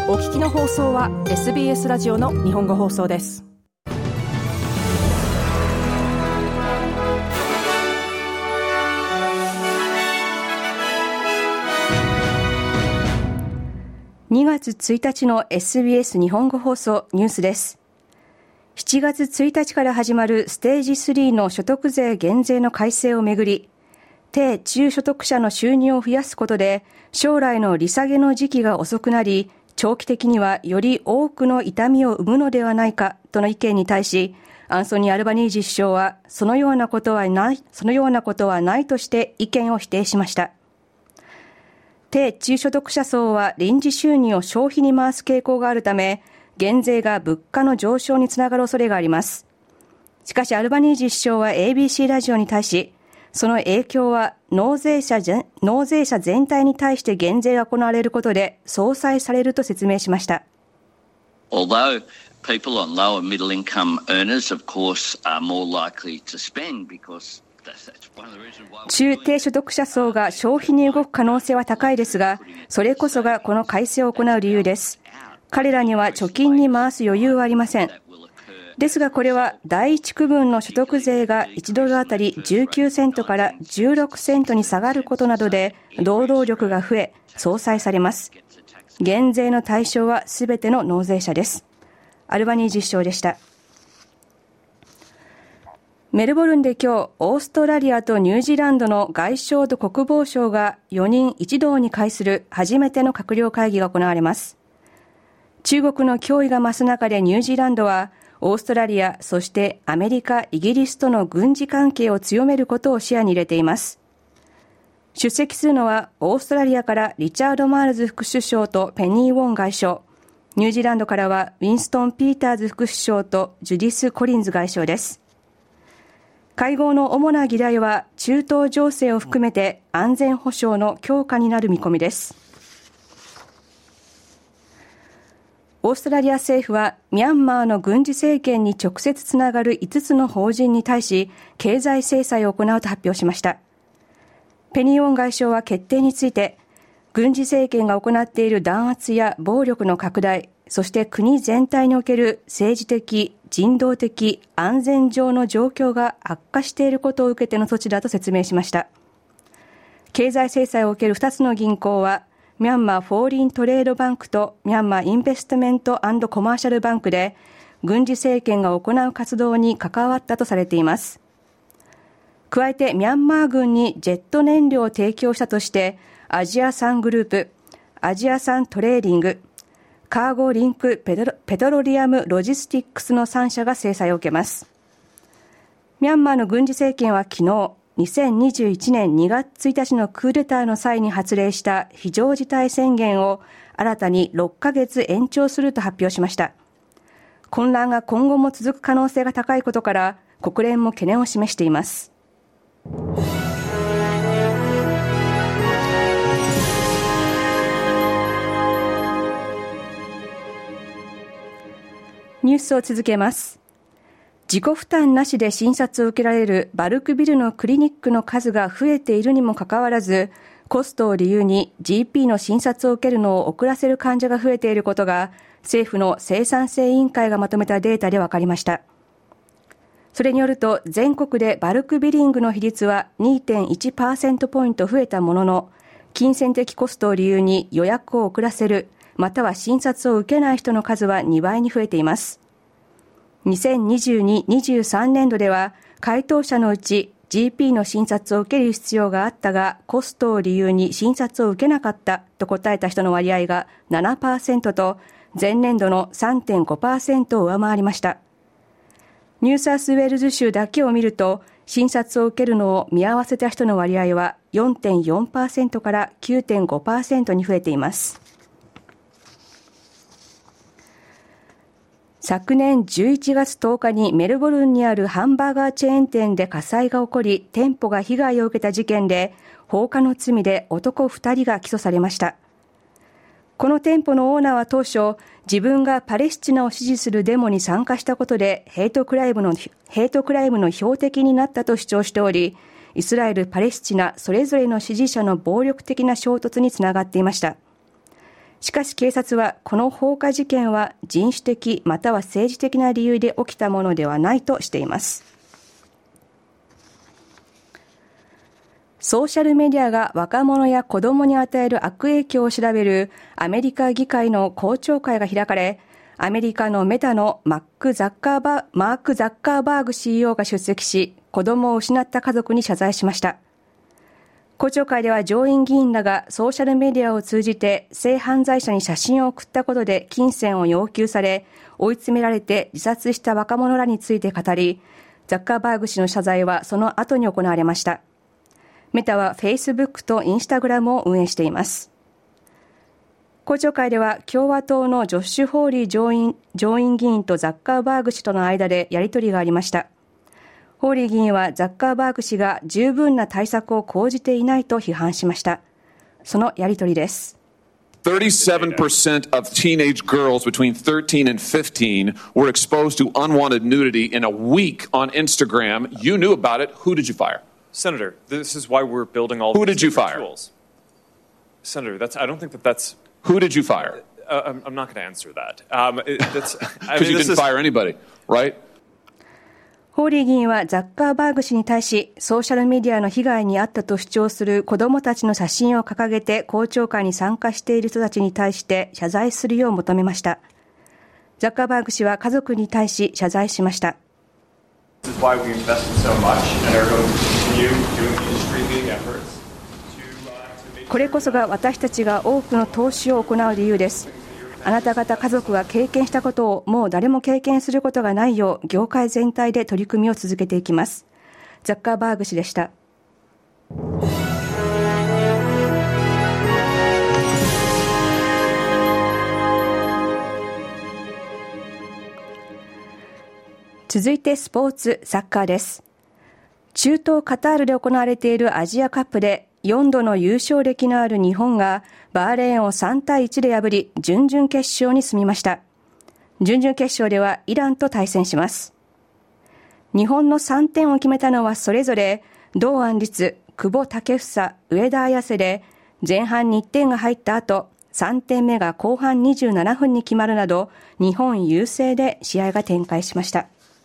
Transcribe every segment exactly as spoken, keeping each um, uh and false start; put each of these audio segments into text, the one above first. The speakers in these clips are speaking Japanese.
お聞きの放送は エスビーエス ラジオの日本語放送です。にがつついたちの エスビーエス 日本語放送ニュースです。しちがつついたちから始まるステージスリーの所得税減税の改正をめぐり、低中所得者の収入を増やすことで将来の利下げの時期が遅くなり、長期的にはより多くの痛みを生むのではないかとの意見に対し、アンソニー・アルバニージ首相はそのようなことはない、そのようなことはないとして意見を否定しました。低中所得者層は臨時収入を消費に回す傾向があるため、減税が物価の上昇につながる恐れがあります。しかしアルバニージ首相は エービーシー ラジオに対し、その影響は納税者全、納税者全体に対して減税が行われることで相殺されると説明しました。 Although people on lower middle income earners of course are more likely to spend because 中低所得者層が消費に動く可能性は高いですが、それこそがこの改正を行う理由です。彼らには貯金に回す余裕はありません。ですがこれは第一区分の所得税がいちドルあたりじゅうきゅうセントからじゅうろくセントに下がることなどで労働力が増え、相殺されます。減税の対象はすべての納税者です。アルバニージ首相でした。メルボルンで今日、オーストラリアとニュージーランドの外相と国防相がよにん一堂に会する初めての閣僚会議が行われます。中国の脅威が増す中でニュージーランドは、オーストラリア、そしてアメリカ、イギリスとの軍事関係を強めることを視野に入れています。出席するのは、オーストラリアからリチャード・マールズ副首相とペニー・ウォン外相、ニュージーランドからはウィンストン・ピーターズ副首相とジュディス・コリンズ外相です。会合の主な議題は中東情勢を含めて安全保障の強化になる見込みです。オーストラリア政府はミャンマーの軍事政権に直接つながるいつつの法人に対し経済制裁を行うと発表しました。ペニー・ウォン外相は決定について、軍事政権が行っている弾圧や暴力の拡大、そして国全体における政治的、人道的、安全上の状況が悪化していることを受けての措置だと説明しました。経済制裁を受けるふたつの銀行は、ミャンマーフォーリントレードバンクとミャンマーインベストメント&コマーシャルバンクで、軍事政権が行う活動に関わったとされています。加えてミャンマー軍にジェット燃料を提供したとして、アジア産グループ、アジア産トレーディング、カーゴリンクペトロ、ペトロリアムロジスティックスのさん社が制裁を受けます。ミャンマーの軍事政権は昨日、にせんにじゅういちねんにがつついたちのクーデターの際に発令した非常事態宣言を新たにろっかげつ延長すると発表しました。混乱が今後も続く可能性が高いことから、国連も懸念を示しています。ニュースを続けます。自己負担なしで診察を受けられるバルクビルのクリニックの数が増えているにもかかわらず、コストを理由に ジーピー の診察を受けるのを遅らせる患者が増えていることが、政府の生産性委員会がまとめたデータで分かりました。それによると、全国でバルクビリングの比率は にてんいちパーセント ポイント増えたものの、金銭的コストを理由に予約を遅らせる、または診察を受けない人の数はにばいに増えています。にせんにじゅうに、にじゅうさんねんどでは、回答者のうち ジーピー の診察を受ける必要があったが、コストを理由に診察を受けなかったと答えた人の割合が ななパーセント と、前年度の さんてんごパーセント を上回りました。ニューサウスウェールズ州だけを見ると、診察を受けるのを見合わせた人の割合は よんてんよんパーセント から きゅうてんごパーセント に増えています。昨年じゅういちがつとおかにメルボルンにあるハンバーガーチェーン店で火災が起こり、店舗が被害を受けた事件で、放火の罪で男ふたりが起訴されました。この店舗のオーナーは当初、自分がパレスチナを支持するデモに参加したことでヘイトクライムの、ヘイトクライムの標的になったと主張しており、イスラエル・パレスチナそれぞれの支持者の暴力的な衝突につながっていました。 しかし警察はこの放火事件は人種的または政治的な理由で起きたものではないとしています。ソーシャルメディアが若者や子供に与える悪影響を調べるアメリカ議会の公聴会が開かれ、アメリカのメタのマック・ザッカーバー、マーク・ザッカーバーグ シーイーオー が出席し、子供を失った家族に謝罪しました。公聴会では上院議員らがソーシャルメディアを通じて性犯罪者に写真を送ったことで金銭を要求され、追い詰められて自殺した若者らについて語り、ザッカーバーグ氏の謝罪はその後に行われました。メタは Facebook と Instagram を運営しています。公聴会では共和党のジョッシュ・ホーリー上院、上院議員とザッカーバーグ氏との間でやり取りがありました。ホーリー議員はザッカーバーグ氏が十分な対策を講じていないと批判しました。そのやり取りです。 thirty-seven percent of teenage girls between thirteen and fifteen were exposed to unwanted nudity in a week on Instagram. You knew about it. Who did you fire? Senator, this is why we're building all Who these did you different fire? tools. Senator, that's I don't think that that's Who did you fire? Uh, I'm, I'm not going to answer that. Um, it, that's I mean, you didn't is... fire anybody, right? ホーリー議員はザッカーバーグ氏に対し、ソーシャルメディアの被害に遭ったと主張する子どもたちの写真を掲げて公聴会に参加している人たちに対して謝罪するよう求めました。ザッカーバーグ氏は家族に対し謝罪しました。これこそが私たちが多くの投資を行う理由です。あなた方家族が経験したことをもう誰も経験することがないよう業界全体で取り組みを続けていきます。ザッカーバーグ氏でした。続いてスポーツサッカーです。中東カタールで行われているアジアカップでよんどの優勝歴のある日本がバーレーンをさんたいいちで破り準々決勝に進みました。準々決勝ではイランと対戦します。日本のさんてんを決めたのはそれぞれ堂安律、久保建英、上田綺世で前半にいってんが入った後さんてんめが後半にじゅうななふんに決まるなど日本優勢で試合が展開しました。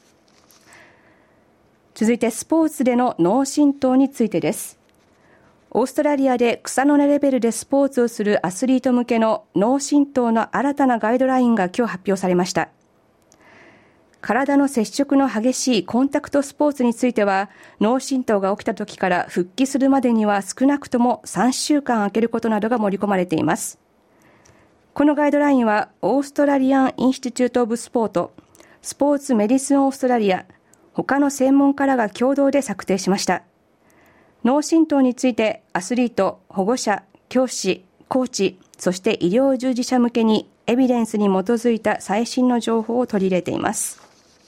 続いてスポーツでの脳震盪についてです。オーストラリアで草の根レベルでスポーツをするアスリート向けの脳震盪の新たなガイドラインが今日発表されました。体の接触の激しいコンタクトスポーツについては脳震盪が起きた時から復帰するまでには少なくともさんしゅうかん空けることなどが盛り込まれています。このガイドラインはオーストラリアン・インスティチュート・オブ・スポート、スポーツ・メディスン・オーストラリア、他の専門家らが共同で策定しました。脳震盪についてアスリート、保護者、教師、コーチ、そして医療従事者向けにエビデンスに基づいた最新の情報を取り入れています。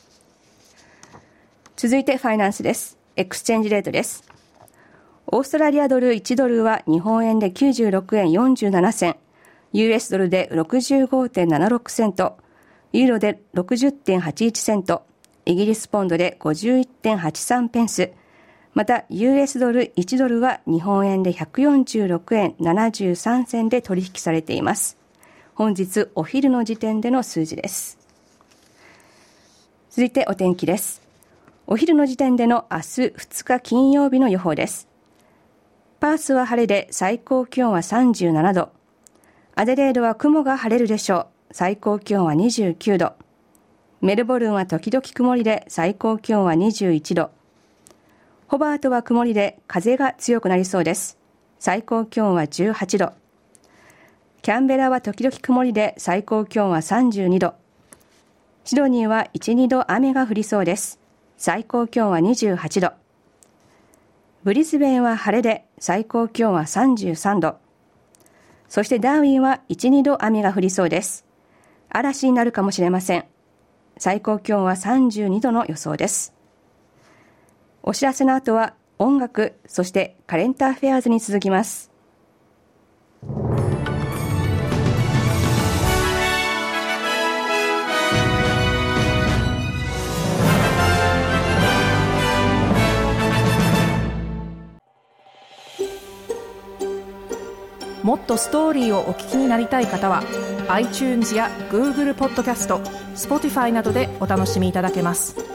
続いてファイナンスです。エクスチェンジレートです。オーストラリアドルいちドルは日本円できゅうじゅうろくえんよんじゅうななせん、ユーエス ドルで ろくじゅうごてんななろくセント、ユーロで ろくじゅってんはちいちセント、イギリスポンドで ごじゅういってんはちさんペンス、また ユーエス ドルいちドルは日本円でひゃくよんじゅうろくえんななじゅうさんせんで取引されています。本日お昼の時点での数字です。続いてお天気です。お昼の時点での明日ふつか金曜日の予報です。パースは晴れで最高気温はさんじゅうななど、アデレードは雲が晴れるでしょう。最高気温はにじゅうきゅうど、メルボルンは時々曇りで最高気温はにじゅういちど、ホバートは曇りで風が強くなりそうです。最高気温はじゅうはちど、キャンベラは時々曇りで最高気温はさんじゅうにど、シドニーはいち、にど雨が降りそうです。最高気温はにじゅうはちど、ブリスベンは晴れで最高気温はさんじゅうさんど、そしてダーウィンはいち、にど雨が降りそうです。嵐になるかもしれません。最高気温はさんじゅうにどの予想です。お知らせの後は音楽、そしてカレンターフェアーズに続きます。 もっとストーリーをお聞きになりたい方は iTunes や Google ポッドキャスト、Spotify などでお楽しみいただけます。